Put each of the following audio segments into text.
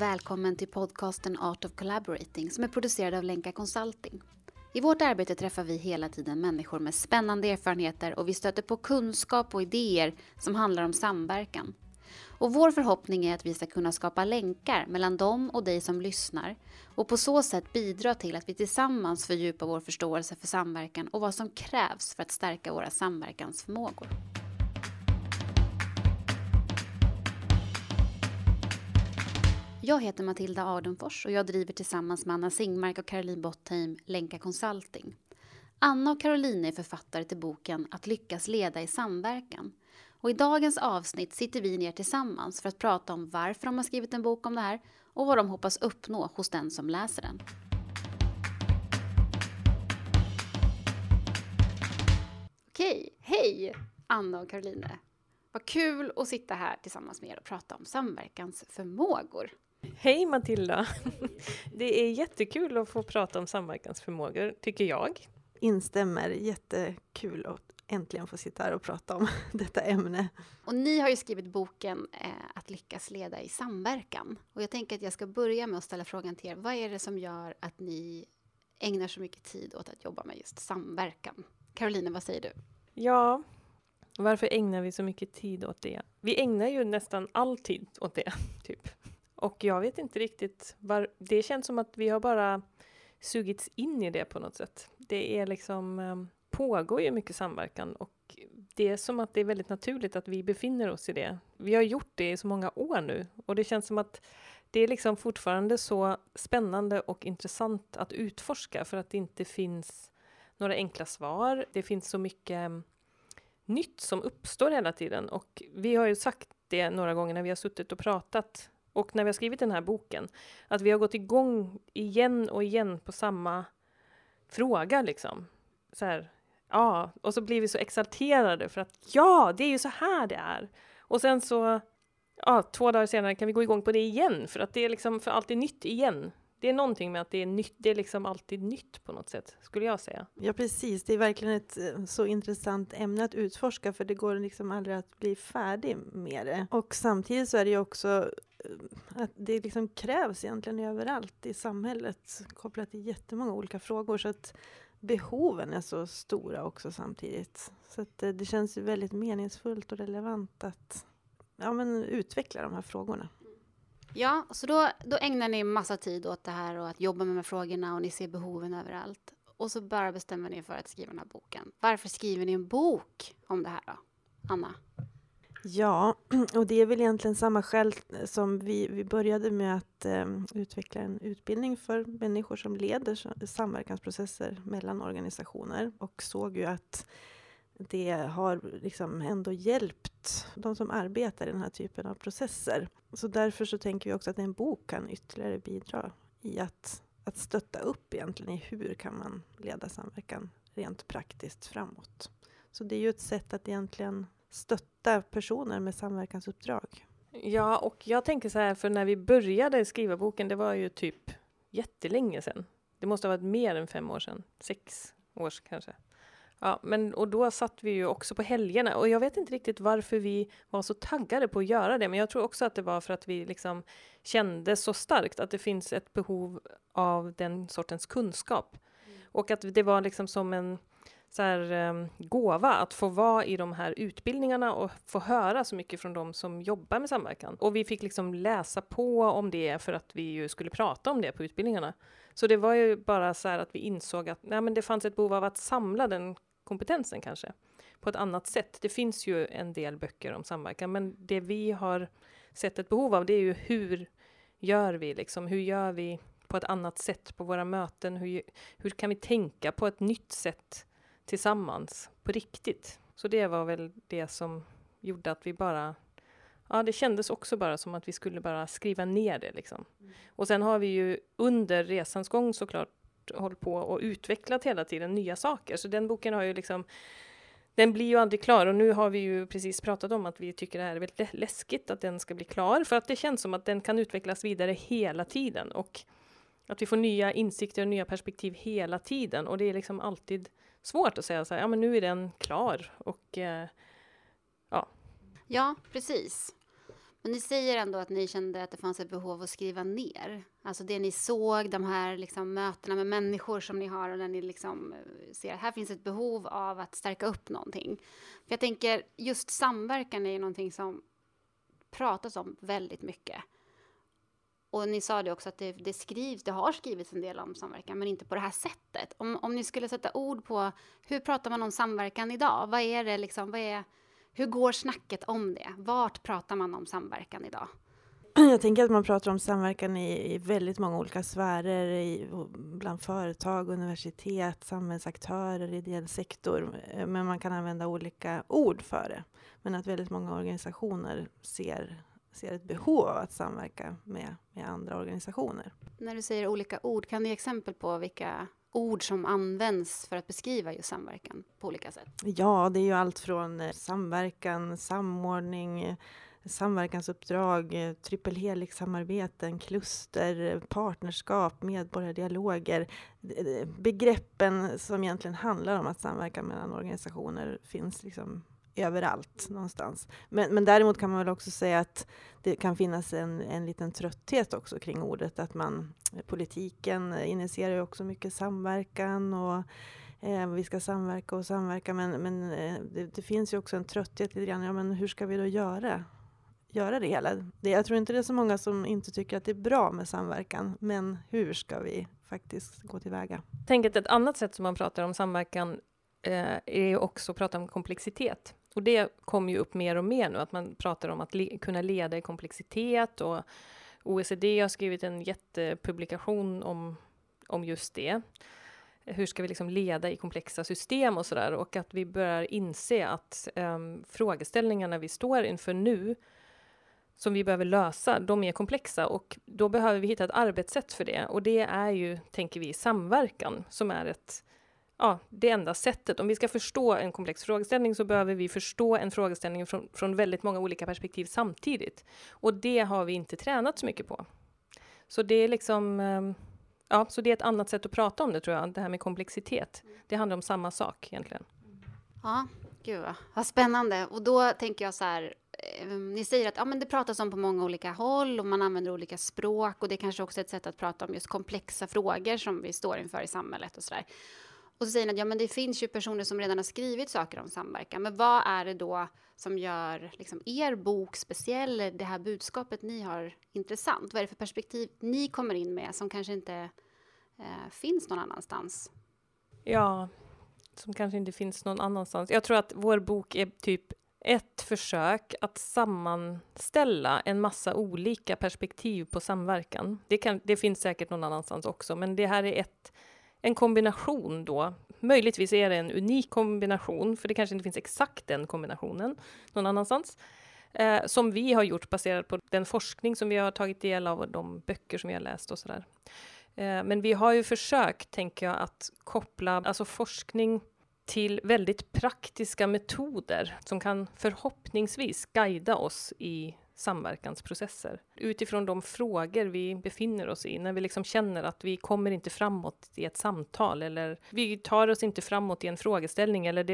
välkommen till podcasten Art of Collaborating som är producerad av Lenka Consulting. I vårt arbete träffar vi hela tiden människor med spännande erfarenheter och vi stöter på kunskap och idéer som handlar om samverkan. Och vår förhoppning är att vi ska kunna skapa länkar mellan dem och dig som lyssnar och på så sätt bidra till att vi tillsammans fördjupar vår förståelse för samverkan och vad som krävs för att stärka våra samverkansförmågor. Jag heter Matilda Ardenfors och jag driver tillsammans med Anna Singmark och Caroline Bottheim Lenka Consulting. Anna och Caroline är författare till boken Att lyckas leda i samverkan. Och i dagens avsnitt sitter vi ner tillsammans för att prata om varför de har skrivit en bok om det här och vad de hoppas uppnå hos den som läser den. Okej, hej Anna och Caroline. Vad kul att sitta här tillsammans med er och prata om samverkansförmågor. Hej Matilda! Det är jättekul att få prata om samverkansförmågor, tycker jag. Instämmer, jättekul att äntligen få sitta här och prata om detta ämne. Och ni har ju skrivit boken Att lyckas leda i samverkan. Och jag tänker att jag ska börja med att ställa frågan till er. Vad är det som gör att ni ägnar så mycket tid åt att jobba med just samverkan? Caroline, vad säger du? Ja, varför ägnar vi så mycket tid åt det? Vi ägnar ju nästan all tid åt det, typ. Och jag vet inte riktigt, det känns som att vi har bara sugits in i det på något sätt. Det är liksom, pågår ju mycket samverkan och det är som att det är väldigt naturligt att vi befinner oss i det. Vi har gjort det i så många år nu och det känns som att det är liksom fortfarande så spännande och intressant att utforska för att det inte finns några enkla svar. Det finns så mycket nytt som uppstår hela tiden och vi har ju sagt det några gånger när vi har suttit och pratat och när vi har skrivit den här boken, att vi har gått igång igen och igen på samma fråga liksom. Så här, ja, och så blir vi så exalterade för att ja, det är ju så här det är. Och sen så, ja, 2 dagar senare kan vi gå igång på det igen för att det är liksom för alltid nytt igen. Det är någonting med att det är nytt, det är liksom alltid nytt på något sätt, skulle jag säga. Ja, precis. Det är verkligen ett så intressant ämne att utforska för det går liksom aldrig att bli färdig med det. Och samtidigt så är det ju också att det liksom krävs egentligen överallt i samhället kopplat till jättemånga olika frågor så att behoven är så stora också samtidigt. Så att det känns ju väldigt meningsfullt och relevant att utveckla de här frågorna. Ja, så då ägnar ni massa tid åt det här och att jobba med de här frågorna och ni ser behoven överallt. Och så bara bestämmer ni för att skriva den här boken. Varför skriver ni en bok om det här då, Anna? Ja, och det är väl egentligen samma skäl som vi började med att utveckla en utbildning för människor som leder samverkansprocesser mellan organisationer och såg ju att det har liksom ändå hjälpt de som arbetar i den här typen av processer. Så därför så tänker vi också att en bok kan ytterligare bidra i att stötta upp egentligen i hur kan man leda samverkan rent praktiskt framåt. Så det är ju ett sätt att egentligen stötta personer med samverkansuppdrag. Ja, och jag tänker så här, för när vi började skriva boken, det var ju typ jättelänge sedan. Det måste ha varit mer än 5 år sedan. 6 år kanske. Ja, och då satt vi ju också på helgerna och jag vet inte riktigt varför vi var så taggade på att göra det, men jag tror också att det var för att vi liksom kände så starkt att det finns ett behov av den sortens kunskap. Och att det var liksom som en så här, gåva att få vara i de här utbildningarna och få höra så mycket från de som jobbar med samverkan. Och vi fick liksom läsa på om det för att vi ju skulle prata om det på utbildningarna. Så det var ju bara så här att vi insåg att det fanns ett behov av att samla den kompetensen kanske på ett annat sätt. Det finns ju en del böcker om samverkan, men det vi har sett ett behov av det är ju hur gör vi på ett annat sätt på våra möten? Hur kan vi tänka på ett nytt sätt tillsammans på riktigt? Så det var väl det som gjorde att vi bara, ja, det kändes också bara som att vi skulle bara skriva ner det liksom. Och sen har vi ju under resans gång såklart hållit på och utvecklat hela tiden nya saker. Så den boken har ju liksom, den blir ju aldrig klar och nu har vi ju precis pratat om att vi tycker det här är väldigt läskigt att den ska bli klar för att det känns som att den kan utvecklas vidare hela tiden och att vi får nya insikter och nya perspektiv hela tiden och det är liksom alltid svårt att säga så här, ja men nu är den klar och ja. Ja, precis. Men ni säger ändå att ni kände att det fanns ett behov av att skriva ner. Alltså det ni såg, de här liksom mötena med människor som ni har och när ni liksom ser att här finns ett behov av att stärka upp någonting. För jag tänker just samverkan är ju någonting som pratas om väldigt mycket. Och ni sa det också att det har skrivits en del om samverkan, men inte på det här sättet. Om ni skulle sätta ord på hur pratar man om samverkan idag? Vad är det liksom, hur går snacket om det? Vart pratar man om samverkan idag? Jag tänker att man pratar om samverkan i väldigt många olika sfärer, bland företag, universitet, samhällsaktörer, ideell sektor. Men man kan använda olika ord för det. Men att väldigt många organisationer ser ett behov av att samverka med andra organisationer. När du säger olika ord, kan du ge exempel på vilka ord som används för att beskriva just samverkan på olika sätt? Ja, det är ju allt från samverkan, samordning, samverkansuppdrag, trippelhelix-samarbeten, kluster, partnerskap, medborgardialoger. Begreppen som egentligen handlar om att samverka mellan organisationer finns liksom överallt någonstans. Men däremot kan man väl också säga att det kan finnas en liten trötthet också kring ordet. Att politiken initierar ju också mycket samverkan och vi ska samverka. Men det finns ju också en trötthet lite grann. Ja, men hur ska vi då göra det hela? Jag tror inte det är så många som inte tycker att det är bra med samverkan. Men hur ska vi faktiskt gå tillväga? Tänk att ett annat sätt som man pratar om samverkan är också att prata om komplexitet. Och det kommer ju upp mer och mer nu, att man pratar om att kunna leda i komplexitet. Och OECD har skrivit en jättepublikation om just det. Hur ska vi liksom leda i komplexa system och sådär. Och att vi börjar inse att frågeställningarna vi står inför nu, som vi behöver lösa, de är komplexa. Och då behöver vi hitta ett arbetssätt för det. Och det är ju, tänker vi, samverkan som är det enda sättet. Om vi ska förstå en komplex frågeställning så behöver vi förstå en frågeställning från väldigt många olika perspektiv samtidigt. Och det har vi inte tränat så mycket på. Så det är liksom, så det är ett annat sätt att prata om det, tror jag. Det här med komplexitet. Det handlar om samma sak egentligen. Ja, gud vad spännande. Och då tänker jag så här, ni säger att men det pratas om på många olika håll och man använder olika språk. Och det är kanske också ett sätt att prata om just komplexa frågor som vi står inför i samhället och sådär. Och så säger ni att men det finns ju personer som redan har skrivit saker om samverkan. Men vad är det då som gör liksom er bok speciell, det här budskapet ni har intressant? Vad är det för perspektiv ni kommer in med som kanske inte finns någon annanstans? Ja, som kanske inte finns någon annanstans. Jag tror att vår bok är typ ett försök att sammanställa en massa olika perspektiv på samverkan. Det finns säkert någon annanstans också, men det här är en kombination då. Möjligtvis är det en unik kombination, för det kanske inte finns exakt den kombinationen någon annanstans. Som vi har gjort baserat på den forskning som vi har tagit del av och de böcker som vi har läst och sådär. Men vi har ju försökt, tänker jag, att koppla forskning till väldigt praktiska metoder som kan förhoppningsvis guida oss i samverkansprocesser. Utifrån de frågor vi befinner oss i, när vi liksom känner att vi kommer inte framåt i ett samtal eller vi tar oss inte framåt i en frågeställning eller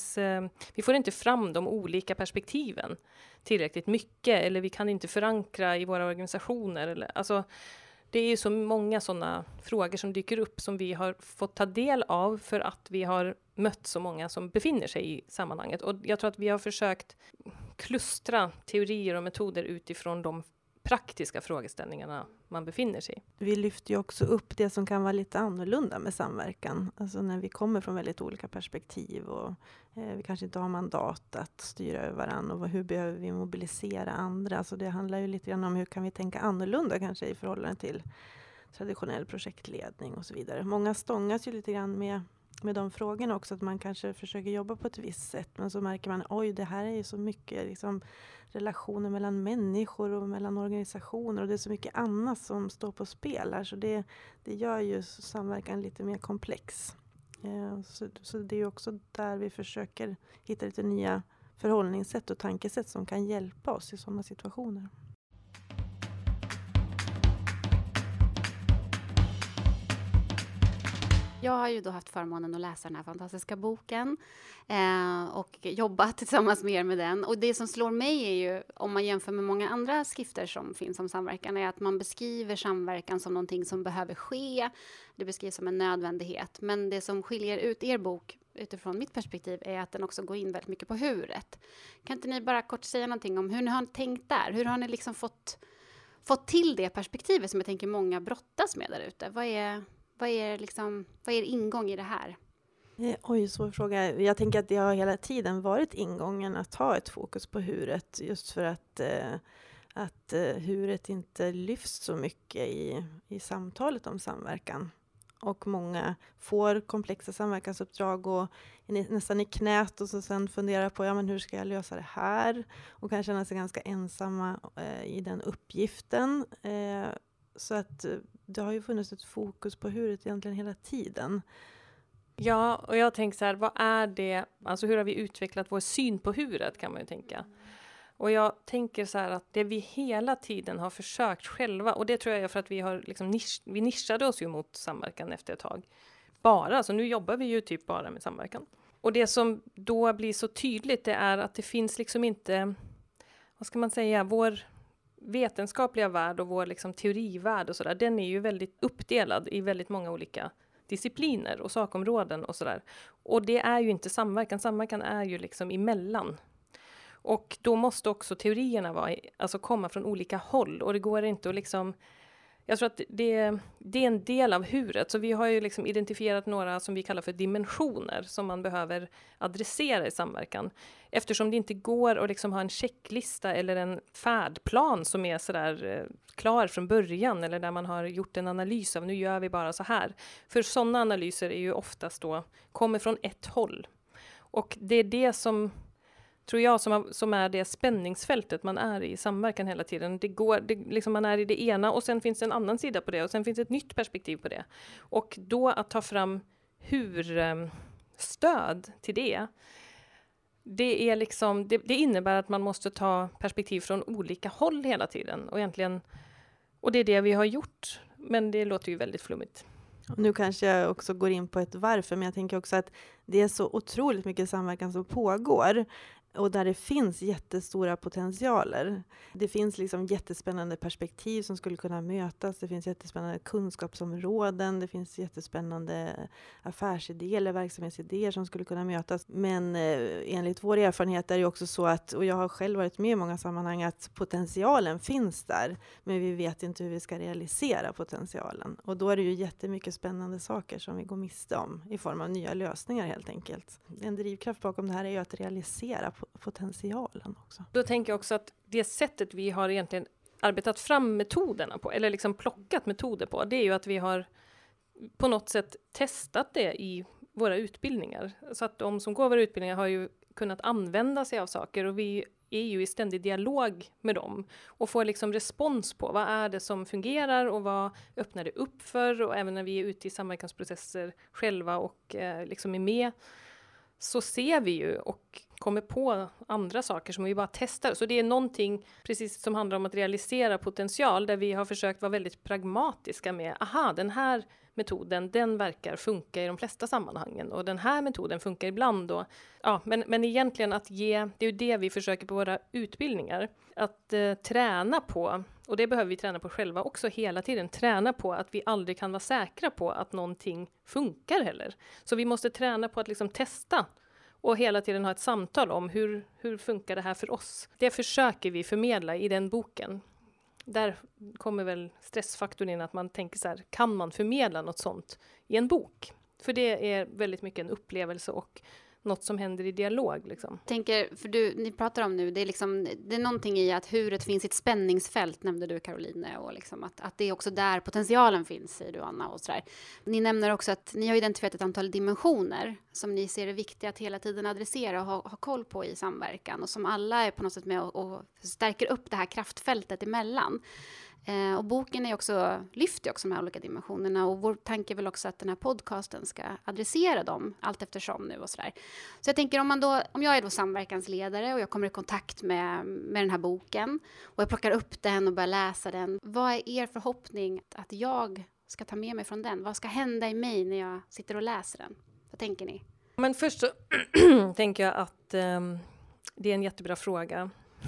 vi får inte fram de olika perspektiven tillräckligt mycket eller vi kan inte förankra i våra organisationer. Det är ju så många sådana frågor som dyker upp som vi har fått ta del av för att vi har mött så många som befinner sig i sammanhanget. Och jag tror att vi har försökt klustra teorier och metoder utifrån de praktiska frågeställningarna man befinner sig i. Vi lyfter ju också upp det som kan vara lite annorlunda med samverkan. Alltså när vi kommer från väldigt olika perspektiv och vi kanske inte har mandat att styra över varandra och hur behöver vi mobilisera andra. Alltså det handlar ju lite grann om hur kan vi tänka annorlunda kanske i förhållande till traditionell projektledning och så vidare. Många stångas ju lite grann med de frågorna också, att man kanske försöker jobba på ett visst sätt men så märker man, det här är ju så mycket liksom relationer mellan människor och mellan organisationer och det är så mycket annat som står på spel här, så det gör ju samverkan lite mer komplex. Så det är ju också där vi försöker hitta lite nya förhållningssätt och tankesätt som kan hjälpa oss i sådana situationer. Jag har ju då haft förmånen att läsa den här fantastiska boken och jobbat tillsammans med er med den. Och det som slår mig är ju, om man jämför med många andra skrifter som finns om samverkan, är att man beskriver samverkan som någonting som behöver ske. Det beskrivs som en nödvändighet. Men det som skiljer ut er bok utifrån mitt perspektiv är att den också går in väldigt mycket på huret. Kan inte ni bara kort säga någonting om hur ni har tänkt där? Hur har ni liksom fått till det perspektivet som jag tänker många brottas med där ute? Vad är ingång i det här? Oj, svår fråga. Jag tänker att det har hela tiden varit ingången att ha ett fokus på huret. Just för att huret inte lyfts så mycket i samtalet om samverkan. Och många får komplexa samverkansuppdrag och är nästan i knät och så sen funderar på men hur ska jag lösa det här? Och kan känna sig ganska ensamma i den uppgiften. Så att det har ju funnits ett fokus på huret egentligen hela tiden. Ja, och jag tänker så här, vad är det, alltså hur har vi utvecklat vår syn på huret, kan man ju tänka. Och jag tänker så här att det vi hela tiden har försökt själva, och det tror jag är för att vi har liksom vi nischade oss ju mot samverkan efter ett tag. Så nu jobbar vi ju typ bara med samverkan. Och det som då blir så tydligt, det är att det finns liksom inte, vad ska man säga, vår vetenskapliga värld och vår liksom teorivärld och sådär, den är ju väldigt uppdelad i väldigt många olika discipliner och sakområden och sådär. Och det är ju inte samverkan. Samverkan är ju liksom emellan. Och då måste också teorierna komma från olika håll. Och det går inte att liksom... Jag tror att det är en del av huret. Så vi har ju liksom identifierat några som vi kallar för dimensioner som man behöver adressera i samverkan. Eftersom det inte går att liksom ha en checklista eller en färdplan som är sådär klar från början. Eller där man har gjort en analys av nu gör vi bara så här. För sådana analyser är ju oftast då, kommer från ett håll. Och det är det som... tror jag som är det spänningsfältet man är i samverkan hela tiden. Man är i det ena och sen finns det en annan sida på det och sen finns det ett nytt perspektiv på det. Och då att ta fram stöd till det är liksom, det innebär att man måste ta perspektiv från olika håll hela tiden. Och det är det vi har gjort, men det låter ju väldigt flummigt. Nu kanske jag också går in på ett varför, men jag tänker också att det är så otroligt mycket samverkan som pågår. Och där det finns jättestora potentialer. Det finns liksom jättespännande perspektiv som skulle kunna mötas. Det finns jättespännande kunskapsområden. Det finns jättespännande affärsidéer eller verksamhetsidéer som skulle kunna mötas. Men enligt vår erfarenhet är det också så att, och jag har själv varit med i många sammanhang, att potentialen finns där. Men vi vet inte hur vi ska realisera potentialen. Och då är det ju jättemycket spännande saker som vi går miste om i form av nya lösningar helt enkelt. En drivkraft bakom det här är ju att realisera potentialen också. Då tänker jag också att det sättet vi har egentligen arbetat fram metoderna på, eller liksom plockat metoder på, det är ju att vi har på något sätt testat det i våra utbildningar. Så att de som går våra utbildningar har ju kunnat använda sig av saker och vi är ju i ständig dialog med dem och får liksom respons på vad är det som fungerar och vad öppnar det upp för, och även när vi är ute i samverkansprocesser själva och liksom är med, så ser vi ju och kommer på andra saker som vi bara testar. Så det är någonting precis som handlar om att realisera potential, där vi har försökt vara väldigt pragmatiska med, den här metoden, den verkar funka i de flesta sammanhangen och den här metoden funkar ibland. Men egentligen att det är ju det vi försöker på våra utbildningar. Att träna på, och det behöver vi träna på själva också hela tiden, träna på att vi aldrig kan vara säkra på att någonting funkar heller. Så vi måste träna på att liksom testa och hela tiden ha ett samtal om hur funkar det här för oss. Det försöker vi förmedla i den boken. Där kommer väl stressfaktorn in, att man tänker så här, kan man förmedla något sånt i en bok? För det är väldigt mycket en upplevelse och något som händer i dialog. Liksom. Tänker, för ni pratar om nu, det är någonting i att huret finns i ett spänningsfält, nämnde du Caroline, och liksom att det är också där potentialen finns, säger du Anna. Och så där. Ni nämner också att ni har identifierat ett antal dimensioner som ni ser är viktiga att hela tiden adressera och ha koll på i samverkan, och som alla är på något sätt med och stärker upp det här kraftfältet emellan. Och boken lyfter också de här olika dimensionerna, och vår tanke är väl också att den här podcasten ska adressera dem allt eftersom nu och sådär. Så jag tänker om jag är då samverkansledare och jag kommer i kontakt med den här boken och jag plockar upp den och börjar läsa den, vad är er förhoppning att jag ska ta med mig från den? Vad ska hända i mig när jag sitter och läser den? Vad tänker ni? Men först så tänker jag att det är en jättebra fråga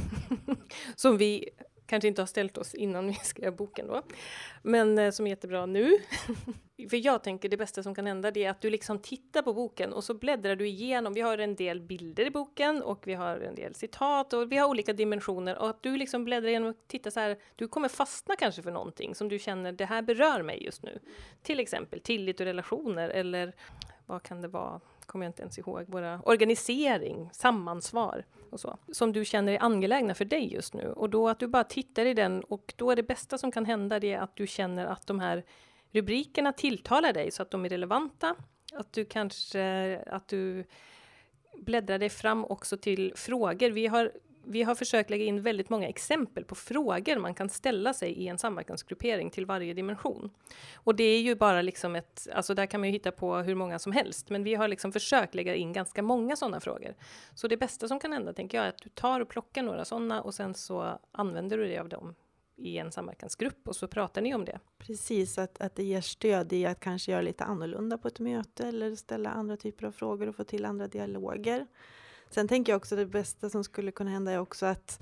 som vi kanske inte har ställt oss innan vi skrev boken då. Men som är jättebra nu. För jag tänker det bästa som kan hända det är att du liksom tittar på boken och så bläddrar du igenom. Vi har en del bilder i boken och vi har en del citat och vi har olika dimensioner. Och att du liksom bläddrar igenom och tittar så här. Du kommer fastna kanske för någonting som du känner det här berör mig just nu. Till exempel tillit och relationer eller vad kan det vara? Kommer jag inte ens ihåg, våra organisering, samansvar och så. Som du känner är angelägna för dig just nu. Och då att du bara tittar i den och då är det bästa som kan hända det att du känner att de här rubrikerna tilltalar dig så att de är relevanta. Att du bläddrar dig fram också till frågor. Vi har försökt lägga in väldigt många exempel på frågor man kan ställa sig i en samverkansgruppering till varje dimension. Och det är ju bara liksom alltså där kan man ju hitta på hur många som helst. Men vi har liksom försökt lägga in ganska många sådana frågor. Så det bästa som kan hända tänker jag är att du tar och plockar några sådana och sen så använder du dig av dem i en samverkansgrupp och så pratar ni om det. Precis, att det ger stöd i att kanske göra lite annorlunda på ett möte eller ställa andra typer av frågor och få till andra dialoger. Sen tänker jag också det bästa som skulle kunna hända är också att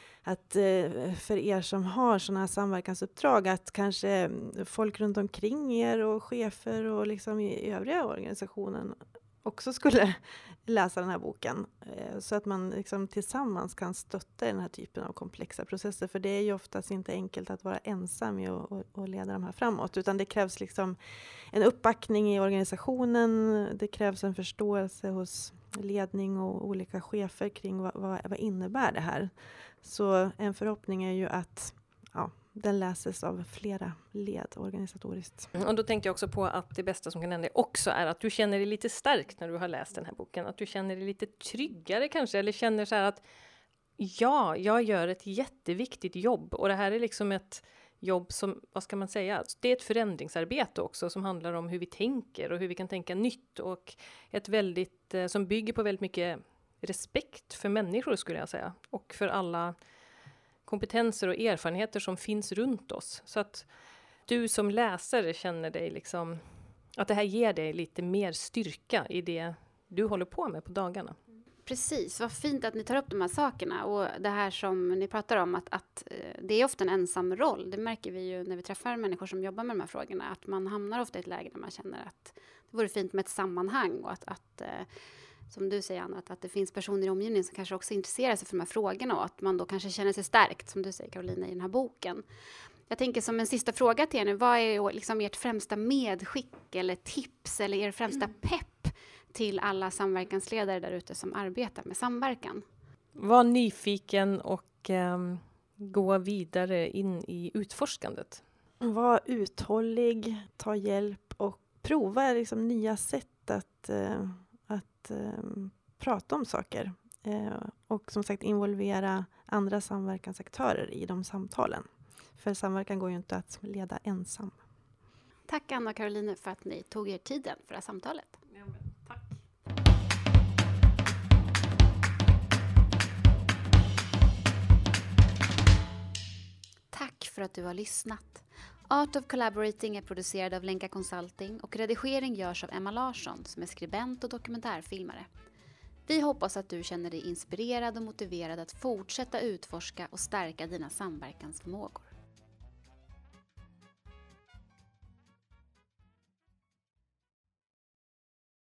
för er som har sådana här samverkansuppdrag att kanske folk runt omkring er och chefer och liksom i övriga organisationen också skulle läsa den här boken. Så att man liksom tillsammans kan stötta den här typen av komplexa processer. För det är ju oftast inte enkelt att vara ensam i och leda de här framåt. Utan det krävs liksom en uppbackning i organisationen. Det krävs en förståelse hos ledning och olika chefer kring vad innebär det här. Så en förhoppning är ju att den läses av flera led organisatoriskt. Och då tänkte jag också på att det bästa som kan hända också är att du känner dig lite stark när du har läst den här boken. Att du känner dig lite tryggare kanske. Eller känner så här att jag gör ett jätteviktigt jobb. Och det här är liksom ett jobb som, vad ska man säga? Det är ett förändringsarbete också som handlar om hur vi tänker och hur vi kan tänka nytt. Och som bygger på väldigt mycket respekt för människor skulle jag säga. Och för alla kompetenser och erfarenheter som finns runt oss. Så att du som läsare känner dig liksom att det här ger dig lite mer styrka i det du håller på med på dagarna. Precis, vad fint att ni tar upp de här sakerna och det här som ni pratar om att det är ofta en ensam roll. Det märker vi ju när vi träffar människor som jobbar med de här frågorna, att man hamnar ofta i ett läge där man känner att det vore fint med ett sammanhang och att som du säger Anna, att det finns personer i omgivningen som kanske också intresserar sig för de här frågorna och att man då kanske känner sig stärkt, som du säger Carolina, i den här boken. Jag tänker som en sista fråga till er nu, vad är liksom ert främsta medskick eller tips eller er främsta pepp till alla samverkansledare där ute som arbetar med samverkan? Var nyfiken och gå vidare in i utforskandet. Var uthållig, ta hjälp och prova liksom nya sätt att prata om saker. Och som sagt involvera andra samverkansaktörer i de samtalen. För samverkan går ju inte att leda ensam. Tack Anna och Caroline för att ni tog er tiden för det här samtalet. Ja, men, tack. Tack för att du har lyssnat. Art of Collaborating är producerad av Lenka Consulting och redigering görs av Emma Larsson som är skribent och dokumentärfilmare. Vi hoppas att du känner dig inspirerad och motiverad att fortsätta utforska och stärka dina samverkansförmågor.